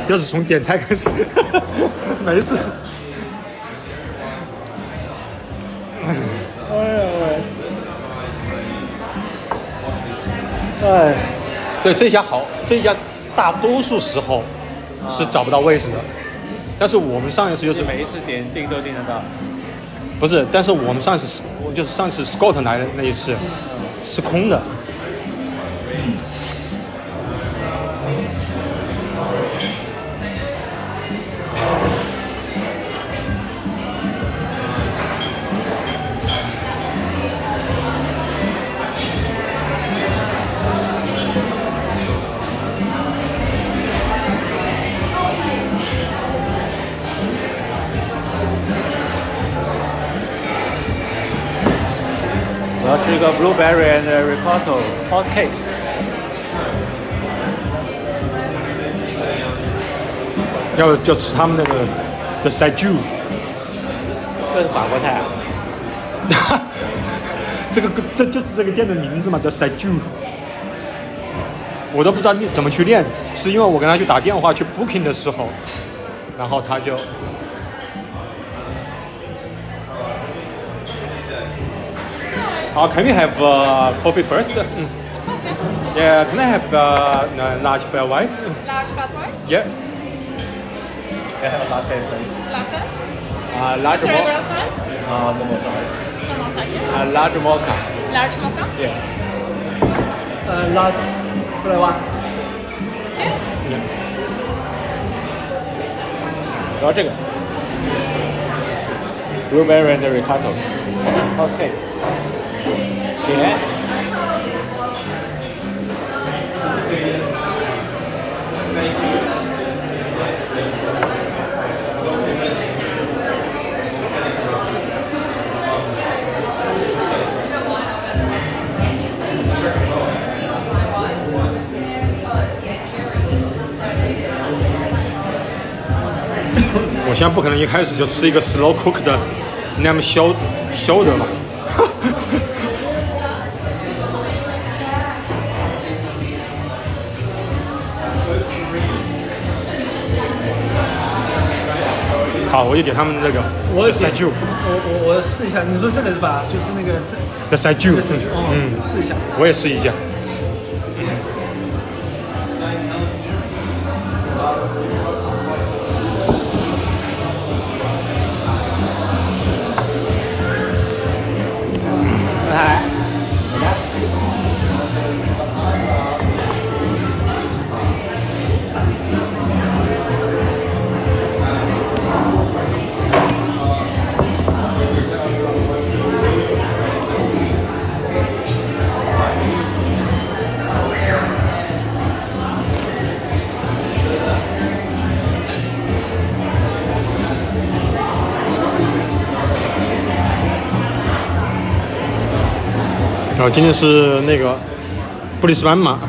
要是从点菜开始，没事。哎，对，这家好，这家大多数时候是找不到位置的，但是我们上一次就是每一次订都订得到。 不是，但是我们上次就是上次 Scott 来的那一次是空的。 我要吃一个 blueberry and ricotta hot cake。 要就吃他们那个的 Saju， 这是法国菜啊。 这就是这个店的名字嘛，叫 Saju。我都不知道你怎么去念，是因为我跟他去打电话去 booking 的时候，然后他就。Can we have coffee first? Yeah, can I have large flat white? Large flat white? Yeah. I have a latte, please. Latte? Large Cerebral mocha. size? Normal size. Normal size, yeah. Large mocha. Large mocha? Yeah. large flat white。 Okay. 我要这个 blueberry and ricotta hot cake。甜。 我现在不可能一开始就吃一个 slow cook 的那么shoulder 吧。好，我就点他们那个。 我也 Saju， 我试一下，你说这个是吧？就是那个的 Saju， 试一下。 我也试一下。 来， 然后今天是那个布里斯班马。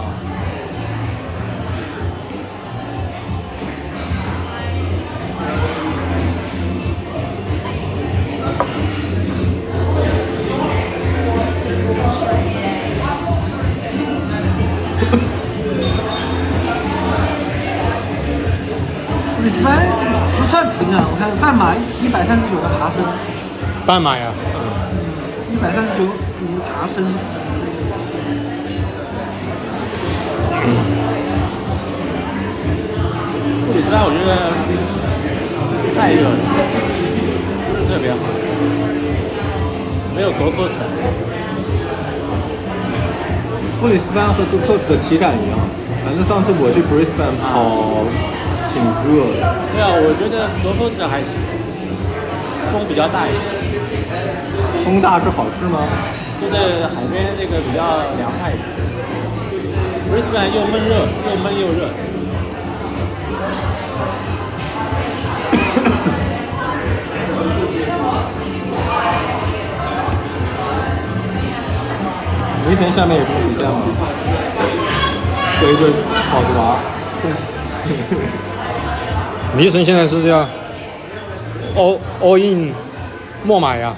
布里斯班不算平啊，我看半马139个爬升， 半马呀 139爬升。 布里斯班我觉得太热了，不是特别好，没有多克城。 布里斯班和多克斯的体感一样，反正上次我去 Brisbane 跑挺热的。 对啊，我觉得多克斯还行，风比较大一点。 风大是好事吗？ 就是海边这个比较凉快一点。Brisbane 又闷热，又闷又热。 梅田下面有什么比赛吗？围着跑着玩。 尼神现在是这样 all in 墨马呀，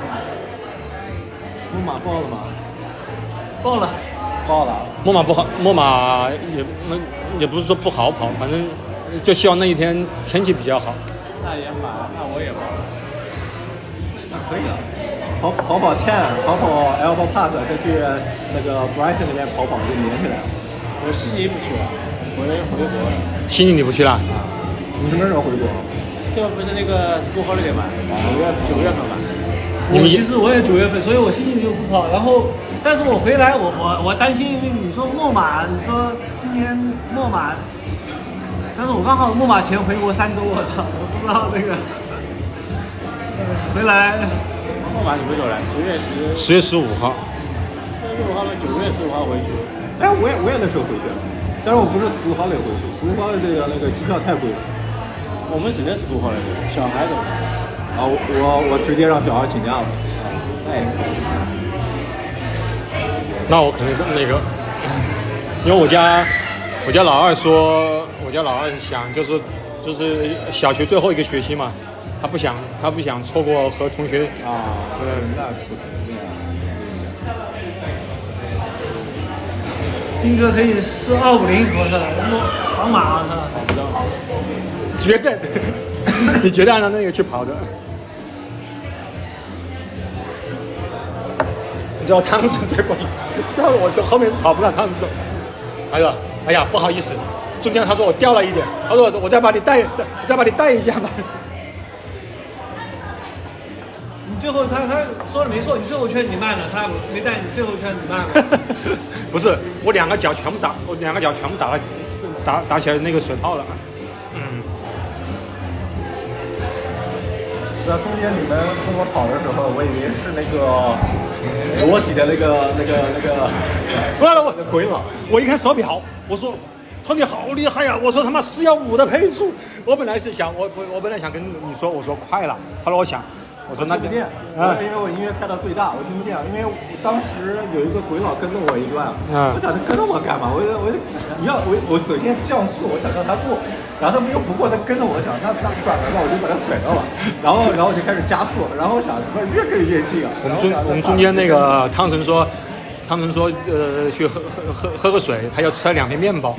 木马报了吗？ 报了。 报了。 墨马不好，墨马也不是说不好跑，反正就希望那一天天气比较好。 那也买，那我也买。 那可以啊，跑 10， 跑 Elbow Park， 再去那个 Brighton 那边跑就连起来了。 我悉尼不去了，回国了。 悉尼你不去了？ 你什么时候回国？ 这不是那个 School Holiday 嘛？9月份嘛。 其实我也9月份，所以我心情就不好。然后，但是我回来，我担心，因为你说墨马，你说今年墨马，但是我刚好墨马前回国3周，我操，我不知道那个回来。 墨马什么时候来？10 月15号。 10月15号嘛，9月15号回去。 哎，我也那时候回去了，但是我不是 School Holiday 回去，School Holiday 的那个机票太贵了。 我们只能 School Holiday， 小孩子。 啊，我直接让小孩请假了。 哎， 那我可能那个，因为我家老二说，我家老二想就是小学最后一个学期嘛，他不想错过和同学啊，那不可能。 斌哥可以试250，我操，皇马，我操， 绝对，你绝对按照那个去跑的。你知道汤神最过瘾，这我就后面跑不了。汤神说：“哎呀，不好意思，中间他说我掉了一点，他说我再把你带一下吧。” 你最后他说的没错，你最后圈你慢了，他没带你最后圈你慢了。 不是，我两个脚全部打起来那个水泡了。 那中间你们跟我跑的时候，我以为是那个裸体的那个， 完了我回了，我一看手表，我说，Tony好厉害呀！我说他妈415的配速，我本来是想我本来想跟你说，我说快了，后来我想。我说那听不见，因为我音乐开到最大，我听不见。因为当时有一个鬼佬跟着我一段，我想他跟着我干嘛？我首先降速，我想让他过，然后他们又不过，他跟着我讲，那算了，那我就把他甩掉了。然后我就开始加速，然后我想怎么越跟越近啊？ 我们中间那个汤神说，去喝个水，他要吃了2片面包。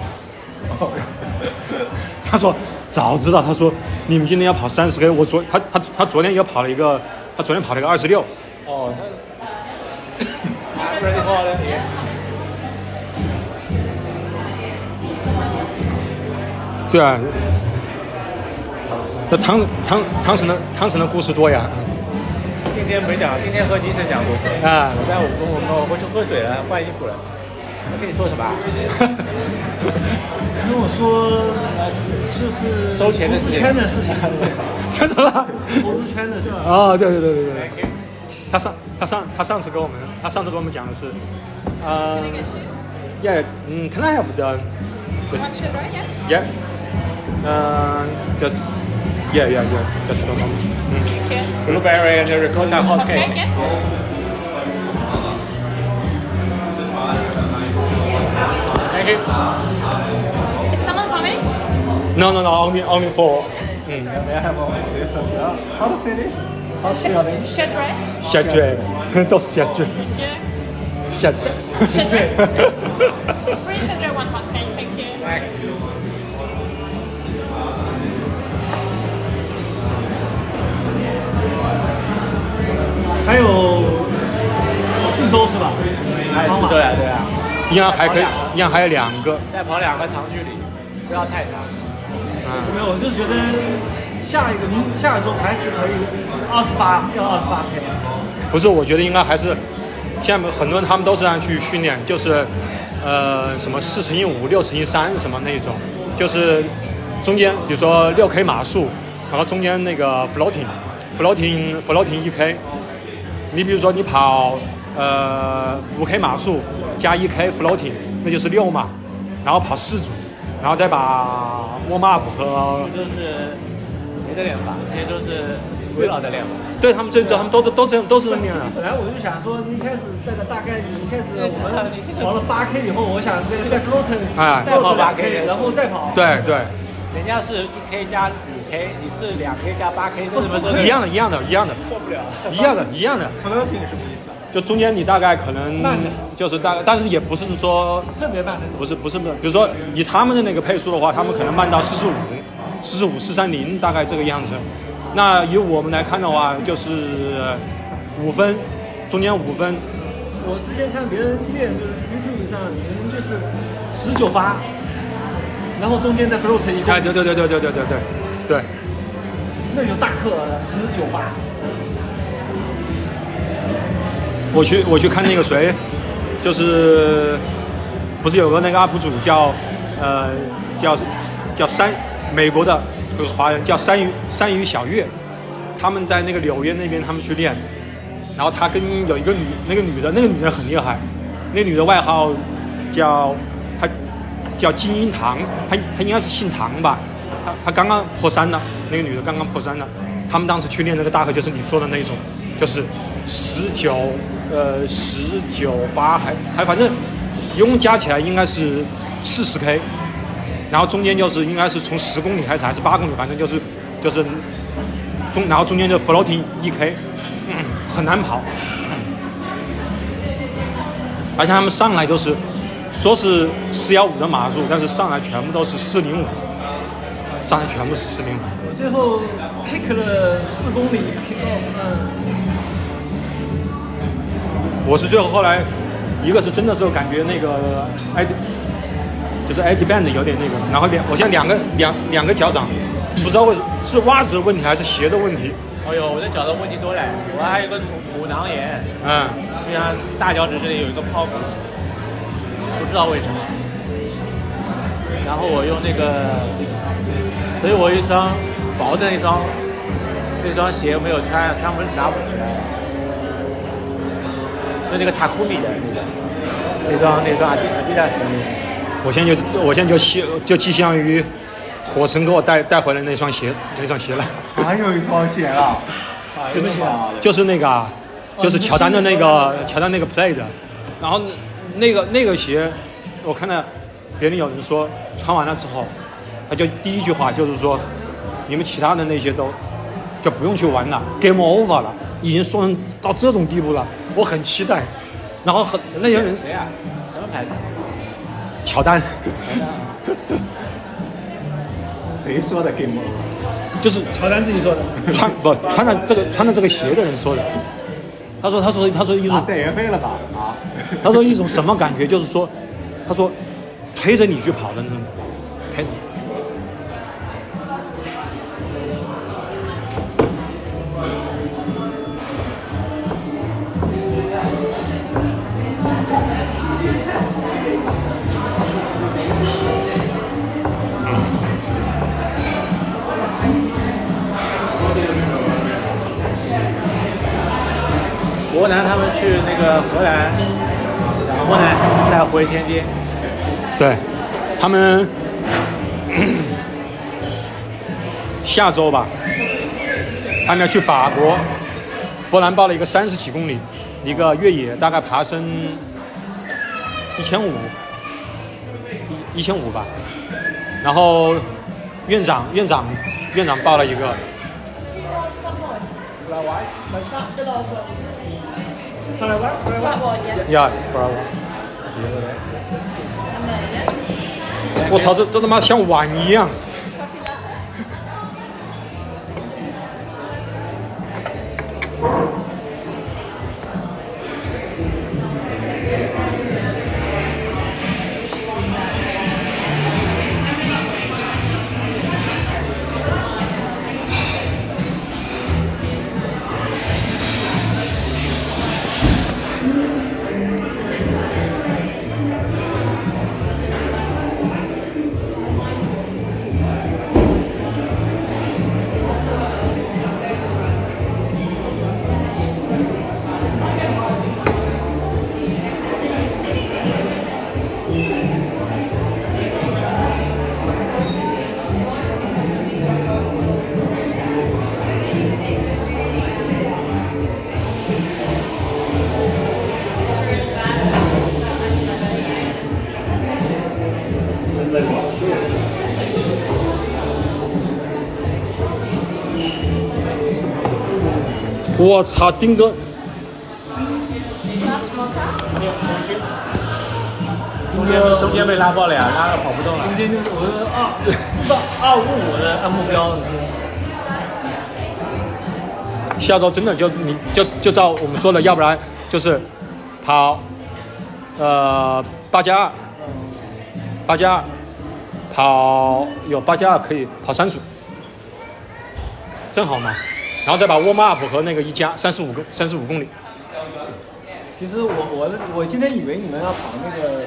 他说早知道，他说你们今天要跑30K，他昨天也跑了一个，他昨天跑了一个26。 哦，他ready for it。 对啊，那汤神的故事多呀。 今天没讲，今天和尼森讲故事啊。 我去喝水了，换衣服了。我跟你说什么？ 跟我说，就是收钱的事情。 圈的事情。 这什么？ 投资圈的事情。 哦，对。他上次跟我们讲的是，can I have the yeah that's that's the one. Blueberry and ricotta hot cake. Thank you. Is someone coming? No, only 4. May I have this as well? How to say this? How to say it? Shedray. 下坠，都是下坠， Yeah. 下坠。 Shedray. Free Shedray 1 hot cake. Thank you. 还有4周是吧？ 对啊。 一样还可以，一样还有2个。 再跑2个长距离，不要太长。 没有，我就觉得下一周还是可以28K。 不是，我觉得应该还是，现在很多人他们都是这样去训练，就是什么4×5、6×3什么那种，就是中间比如说6K 码数，然后中间那个 floating 1K。你比如说你跑5K 码数加1K floating， 那就是6码，然后跑4组，然后再把 warm up 和就是谁的练法？这些都是鬼佬的练法。 对他们都这么练啊。 本来我就想说，一开始这个大概一开始我们跑了8K 以后，我想这个再 floating， 再跑8K， 然后再跑。 对。 人家是1K 加5K， 你是2K 加8K， 这怎么说？ 一样的， 受不了。 一样的。 floating 什么意思啊就中间你大概可能慢的就是大概，但是也不是说特别慢那种。 不是，比如说以他们的那个配速的话，他们可能慢到45、430大概这个样子。那以我们来看的话，就是5分，中间5分。 我之前看别人练，就是 YouTube 上有人就是19.8，然后中间再 float 一个。 哎，对， 那有大课19.8。 我去看那个谁，就是不是有个那个 UP 主叫美国的有个华人叫山鱼小月，他们在那个纽约那边他们去练，然后他跟有一个那个女的很厉害，那女的外号叫金樱堂，她应该是姓唐吧，她刚刚破3了，那个女的刚刚破3了，他们当时去练那个大课就是你说的那种，就是19.8还反正一共加起来应该是40K， 然后中间就是应该是从10公里开始还是8公里，反正就是然后中间就 floating 1K， 很难跑，而且他们上来都是说是415的码数，但是上来全部都是405，上来全部是405。 我最后 kick 了4公里 kick off， 我是最后后来，一个是真的是感觉那个就是 IT band 有点那个，然后我现在两个脚掌，不知道是袜子的问题还是鞋的问题。 哎呦，我的脚的问题多嘞，我还有个骨囊炎，就像大脚趾这里有一个泡骨，不知道为什么。然后我用那个，所以我一双薄的那双鞋没有穿不拿不起来。就那个塔库米的那双阿迪达斯的那个， 我现在就寄向于火神给我带回来那双鞋了。 还有一双鞋啊， 就是那个就是乔丹的那个play 的，然后那个鞋，我看到别人有人说穿完了之后，他就第一句话就是说，你们其他的那些都就不用去玩了 ，game over 了，已经说到这种地步了。我很期待，然后那些人谁啊？什么牌子？ 乔丹。 谁说的 game over？ 就是乔丹自己说的。 穿的这个鞋的人说的。他说一种代言费了吧？啊！ 他说一种什么感觉？就是说，他说推着你去跑的那种，推着。 伯南他们去那个荷兰，然后呢再回天津。 对，他们下周吧，他们要去法国，波兰报了一个30几公里一个越野，大概爬升1500吧。然后院长报了一个。Yeah, for a while. 我操，这他妈像碗一样。我操，丁哥， 中间被拉爆了呀，拉到跑不动了。 中间就是我的至少255的按目标是。 下周真的就照我们说的，要不然就是跑8+2，跑有8+2可以跑35，正好嘛。然后再把 warm up 和那个1加35公里。 其实我今天以为你们要跑那个，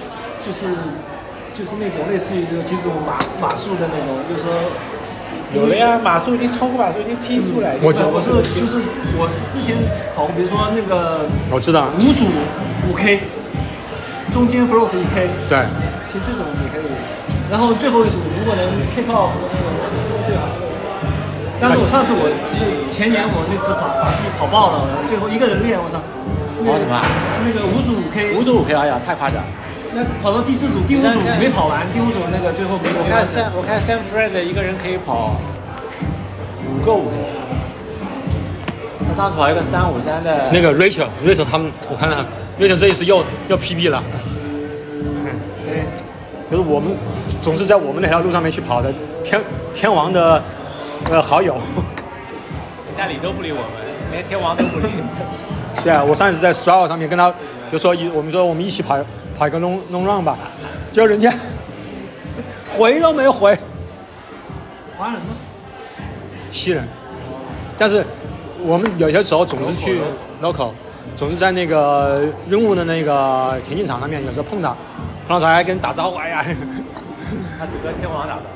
就是那种类似于几种马术的那种，就是说。 有了呀，马术已经超过马术已经踢出来。 我是之前跑过，比如说那个我知道 5组5K， 中间 float 1K， 对， 其实这种也可以。然后最后一组如果能 kick off 最好。但是我上次前年我那次把自己跑爆了，最后一个人练，我操！ 跑什么？ 那个5组5K。 5组5K，哎呀，太夸张。 那跑到第4组、第5组没跑完，第5组那个最后没。我看 Sam Fred 一个人可以跑5个5K， 他上次跑一个353的。 那个 Rachel 他们，我看到 Rachel 这一次又 PB 了。 谁？ 就是我们总是在我们那条路上面去跑的天王的好友。 人家理都不理我们，连天王都不理。 对啊，我上一次在 Strava 上面跟他就说我们一起跑一个 long run 吧，结果人家回都没回。 华人吗？ 西人。但是我们有些时候总是去 local， 总是在那个任务的那个田径场上面，有时候碰到还跟打招呼，哎呀。 他只跟天王打的，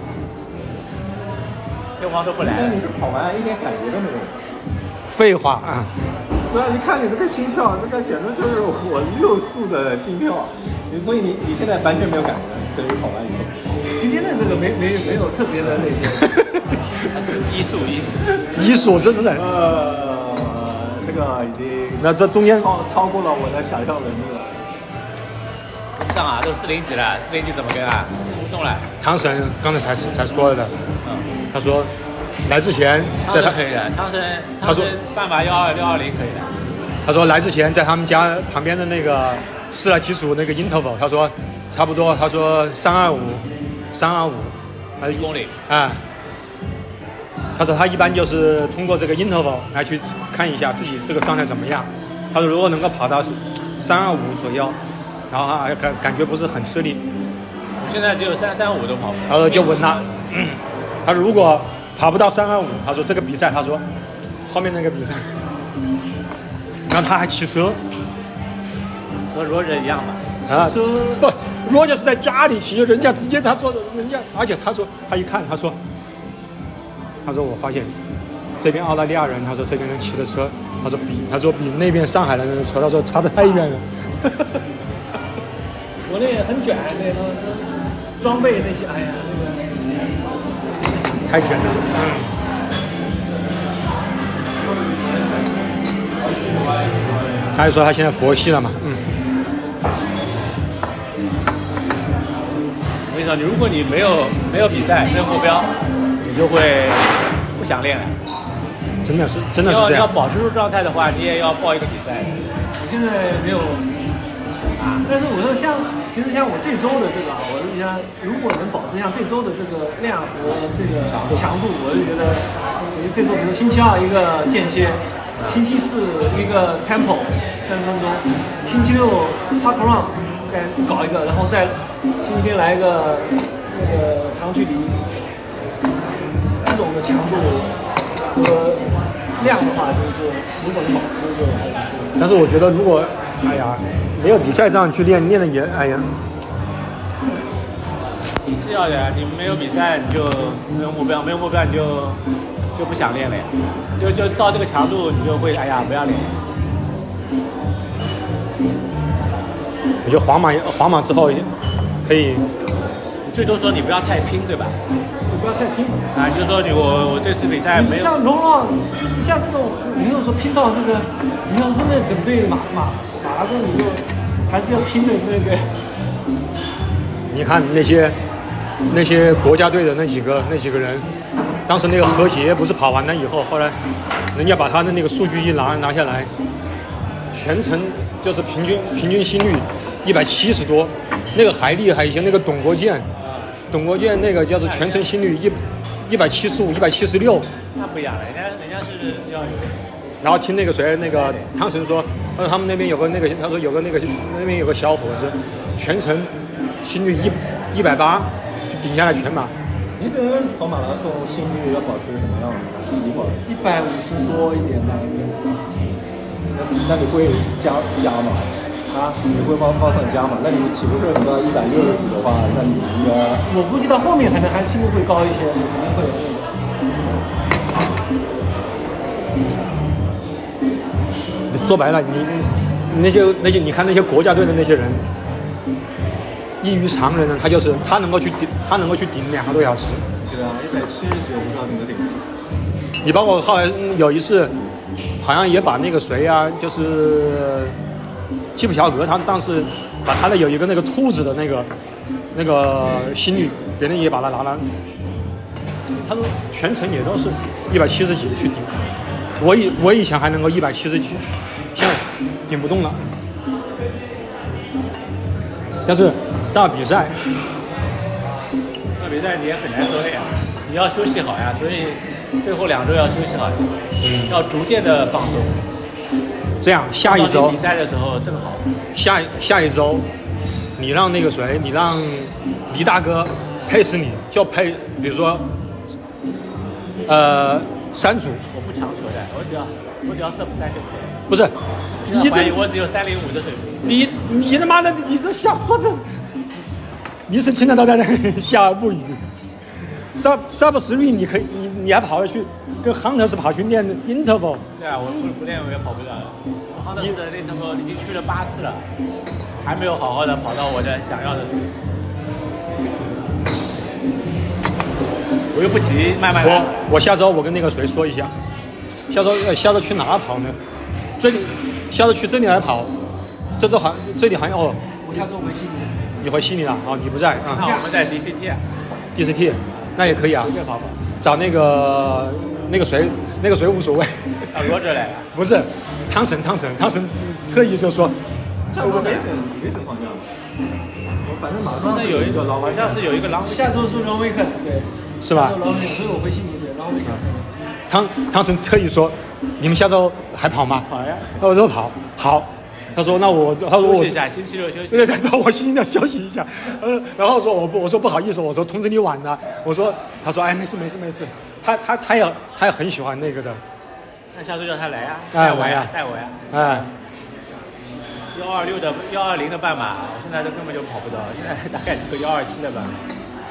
天王都不来。 那你是跑完一点感觉都没有？ 废话啊！ 对啊，一看你这个心跳，这个简直就是我6速的心跳，所以你现在完全没有感觉，等于跑完以后。 今天的这个没有特别的那个。 一速， 这是的。 这个已经那这中间超过了我的想象能力了。 跟不上啊，都40级了，40级怎么跟啊？不动了。 汤神刚才才说的，他说来之前在他可以的，汤神半马12620可以的。 他说来之前在他们家旁边的那个试了几组那个 interval， 他说差不多，他说325，还是 1公里啊。他说他一般就是通过这个 interval 来去看一下自己这个状态怎么样。他说如果能够跑到325左右，然后感觉不是很吃力。 我现在只有335都跑不了。 他说就问他，他说如果跑不到325，他说这个比赛，他说后面那个比赛，然后他还骑车， 和罗人一样嘛。 啊，不，罗家是在家里骑，人家直接他说人家，而且他说他一看他说我发现这边澳大利亚人，他说这边人骑的车，他说比那边上海人的车，他说差得太远了。 国内很卷，那个装备那些，哎呀，那个太卷了。他就说他现在佛系了嘛， 我跟你说，如果你没有比赛，没有目标，你就会不想练了。 真的是这样。 要保持住状态的话，你也要报一个比赛。 我现在没有但是我说其实像我这周的这个我就想如果能保持像这周的这个量和这个强度，我就觉得这周比如星期2一个间歇，星期4一个 tempo 30分钟，星期6 park run 再搞一个，然后再星期天来一个那个长距离，这种的强度和量的话，就如果能保持就。 但是我觉得如果没有比赛这样去练的也是要的呀，你没有比赛你就没有目标，没有目标你就不想练了呀，就到这个强度你就会不要练。 我觉得皇马之后可以， 你最多说你不要太拼，对吧？ 不要太拼就是说我这次比赛没有像龙浪，就是像这种，你要说拼到这个，你要是真的准备马拉松，你就还是要拼的那个。 你看那些国家队的那几个人，当时那个何洁不是跑完了以后，后来人家把他的那个数据一拿下来，全程就是平均心率170多， 那个还厉害一些，那个董国建，董国建那个叫是全程心率175、176。 那不一样了，人家是要有。 然后听那个谁，那个汤神说，他们那边有个那个，他说有个那个那边有个小伙子，全程心率180就顶下来全马。 医生跑马拉松心率要保持什么样的？你保持 150多一点吧，应该是。 那你会加吗？啊，你会往上加吗？那你岂不是什么160几的话，那你应该…… 我估计到后面可能还心率会高一些，肯定会有那个。 说白了，你那些，你看那些国家队的那些人，异于常人呢，他能够去顶2个多小时。 对啊，170几我不知道怎么顶。 你包括后来有一次，好像也把那个谁啊，就是基普乔格，他当时把他的有一个那个兔子的那个心率，别人也把他拿了，他说全程也都是170几去顶。我以前还能够170几，现在顶不动了。但是到比赛你也很难说呀，你要休息好呀，所以最后2周要休息好，要逐渐的放松。 这样下一周比赛的时候正好。 下一周，你让那个谁，你让黎大哥配死你，就配，比如说3组。 我不强求的，我只要sub3就可以。 不是， 我只有305的水平。你他妈的，你这瞎说这，你是听得到在笑而不语。sub3你可以，你还跑去跟 Hunter 是跑去练 interval。 对啊，我不练我也跑不了了。我 Hunter 的 interval 已经去了8次了，还没有好好的跑到我的想要的。我又不急，慢慢来。 我下周我跟那个谁说一下，下周去哪跑呢？这里下周去这里来跑，这里好像哦。 我下周回悉尼。 你回悉尼了？哦，你不在啊？ 那我们在 DCT。 那也可以啊。 随便跑跑。 找那个谁无所谓。 啊，罗哲来了。 不是，汤神特意就说。 下周没省放假。我反正马上那有一个好像是有一个 long， 下周是 long weekend， 对。 是吧？ 所以我回悉尼对 long weekend。 汤神特意说，你们下周还跑吗？ 跑呀。 我说跑，好。他说那我休息一下，星期六休息。 对，他说我星期六休息一下。然后我说不好意思，我说通知你晚了。他说哎没事。他也很喜欢那个的。 那下周叫他来呀， 带我呀。 哎。 120的半马，我现在都根本就跑不到，现在大概只有127的半马。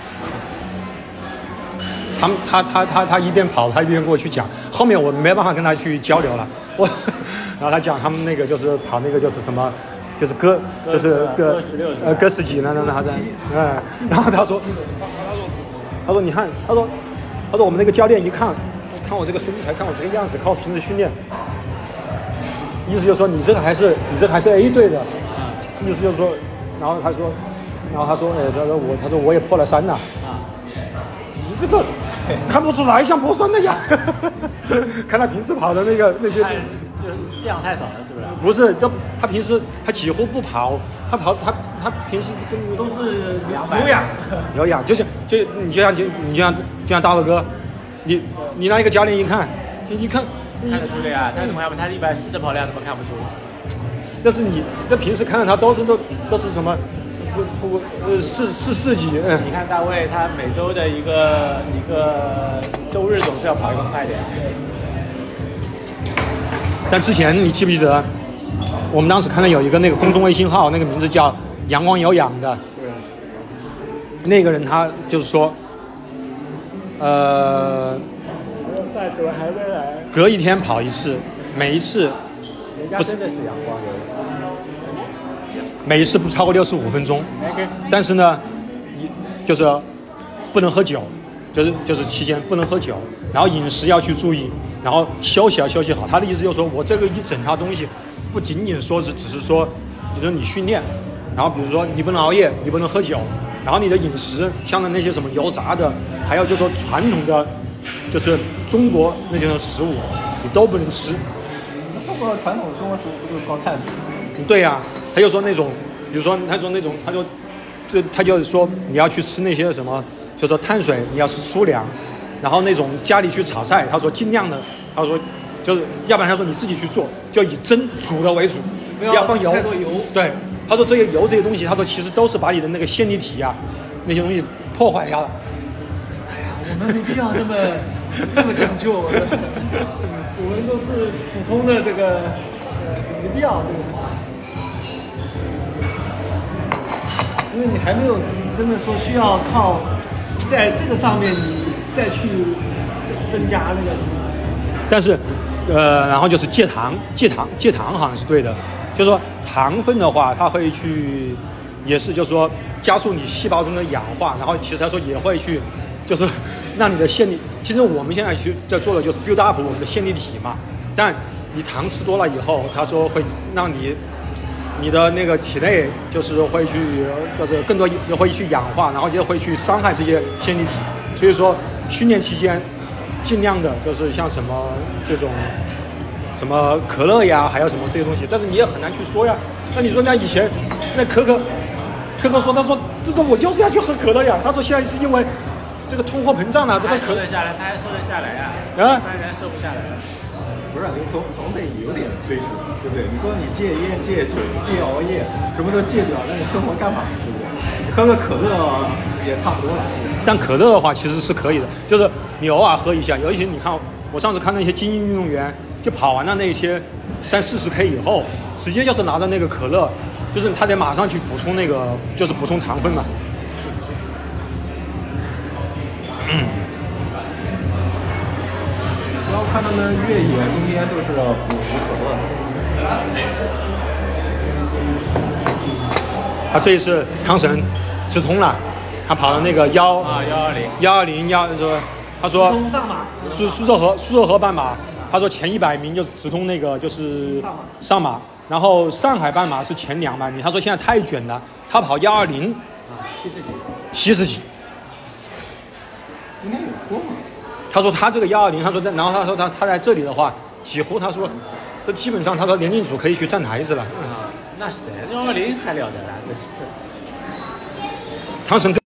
他一边跑，他一边跟我去讲，后面我没办法跟他去交流了。然后他讲他们那个就是跑那个就是什么，就是哥十几呢，他在，然后他说你看，他说我们那个教练一看我这个身材，看我这个样子，看我平时训练，意思就是说你这个还是 A 队的，意思就是说，然后他说他说我也破了3了，你这个。看不出来像破酸的呀，看他平时跑的那些， 量太少了，是不是？ 不是，就他平时他几乎不跑，他平时跟都是有氧，就像大伟哥，你那一个教练一看， 看得出的呀，他怎么看不？他140的跑量怎么看不出？ 但是你那平时看到他都是什么？4几。 你看大卫，他每周的一个周日总是要跑一个快点。 但之前你记不记得，我们当时看到有一个那个公众微信号，那个名字叫“阳光有氧”的，那个人他就是说，隔一天跑一次，每一次人家真的是阳光有氧。 每一次不超过65分钟，但是呢，就是不能喝酒，就是期间不能喝酒，然后饮食要去注意，然后休息要休息好。他的意思就是说我这个一整套东西，不仅仅说是只是说，比如说你训练，然后比如说你不能熬夜，你不能喝酒，然后你的饮食像那些什么油炸的，还有就是说传统的，就是中国那种食物，你都不能吃。 中国传统中国食物不就是高碳水？ 对呀。他就说那种，比如说他说那种，他说他就是说你要去吃那些什么，就说碳水你要吃粗粮，然后那种家里去炒菜，他说尽量的，他说就是要不然他说你自己去做，就以蒸煮的为主， 不要放油。 太多油。 对，他说这些油这些东西，他说其实都是把你的那个线粒体啊那些东西破坏掉了。 哎呀，我们没必要那么讲究，我们都是普通的这个没必要。因为你还没有真的说需要靠在这个上面你再去增加那个什么。 但是，然后就是戒糖好像是对的，就是说糖分的话，它会去，也是就是说加速你细胞中的氧化，然后其实他说也会去，就是让你的线粒，其实我们现在在做的就是 build up 我们的线粒体嘛，但你糖吃多了以后，他说会让你的那个体内就是会去，就是更多会去氧化，然后就会去伤害这些线粒体。所以说训练期间，尽量的就是像什么这种什么可乐呀，还有什么这些东西，但是你也很难去说呀。那你说那以前那可可说，他说这个我就是要去喝可乐呀。他说现在是因为这个通货膨胀了，这个瘦得下来，他还瘦得下来呀？ 啊， 一般人瘦不下来。 不是，你总得有点追求，对不对？你说你戒烟、戒酒、戒熬夜，什么都戒掉，那你生活干嘛？对不对？你喝个可乐也差不多了。 但可乐的话其实是可以的，就是你偶尔喝一下。尤其你看，我上次看那些精英运动员，就跑完了那些30-40K 以后，直接就是拿着那个可乐，就是他得马上去补充那个，就是补充糖分嘛。 然后看他们越野中间都是补可乐。 他这一次汤神直通了，他跑了那个120，他说上马苏州河半马，他说前100名就是直通那个就是上马，然后上海半马是前200名，他说现在太卷了，他跑120，70几， 应该有过吗？ 他说他这个120，他说然后他说他在这里的话，几乎他说这基本上他说年龄组可以去站台子了。 那是的，120还了得了，这汤神。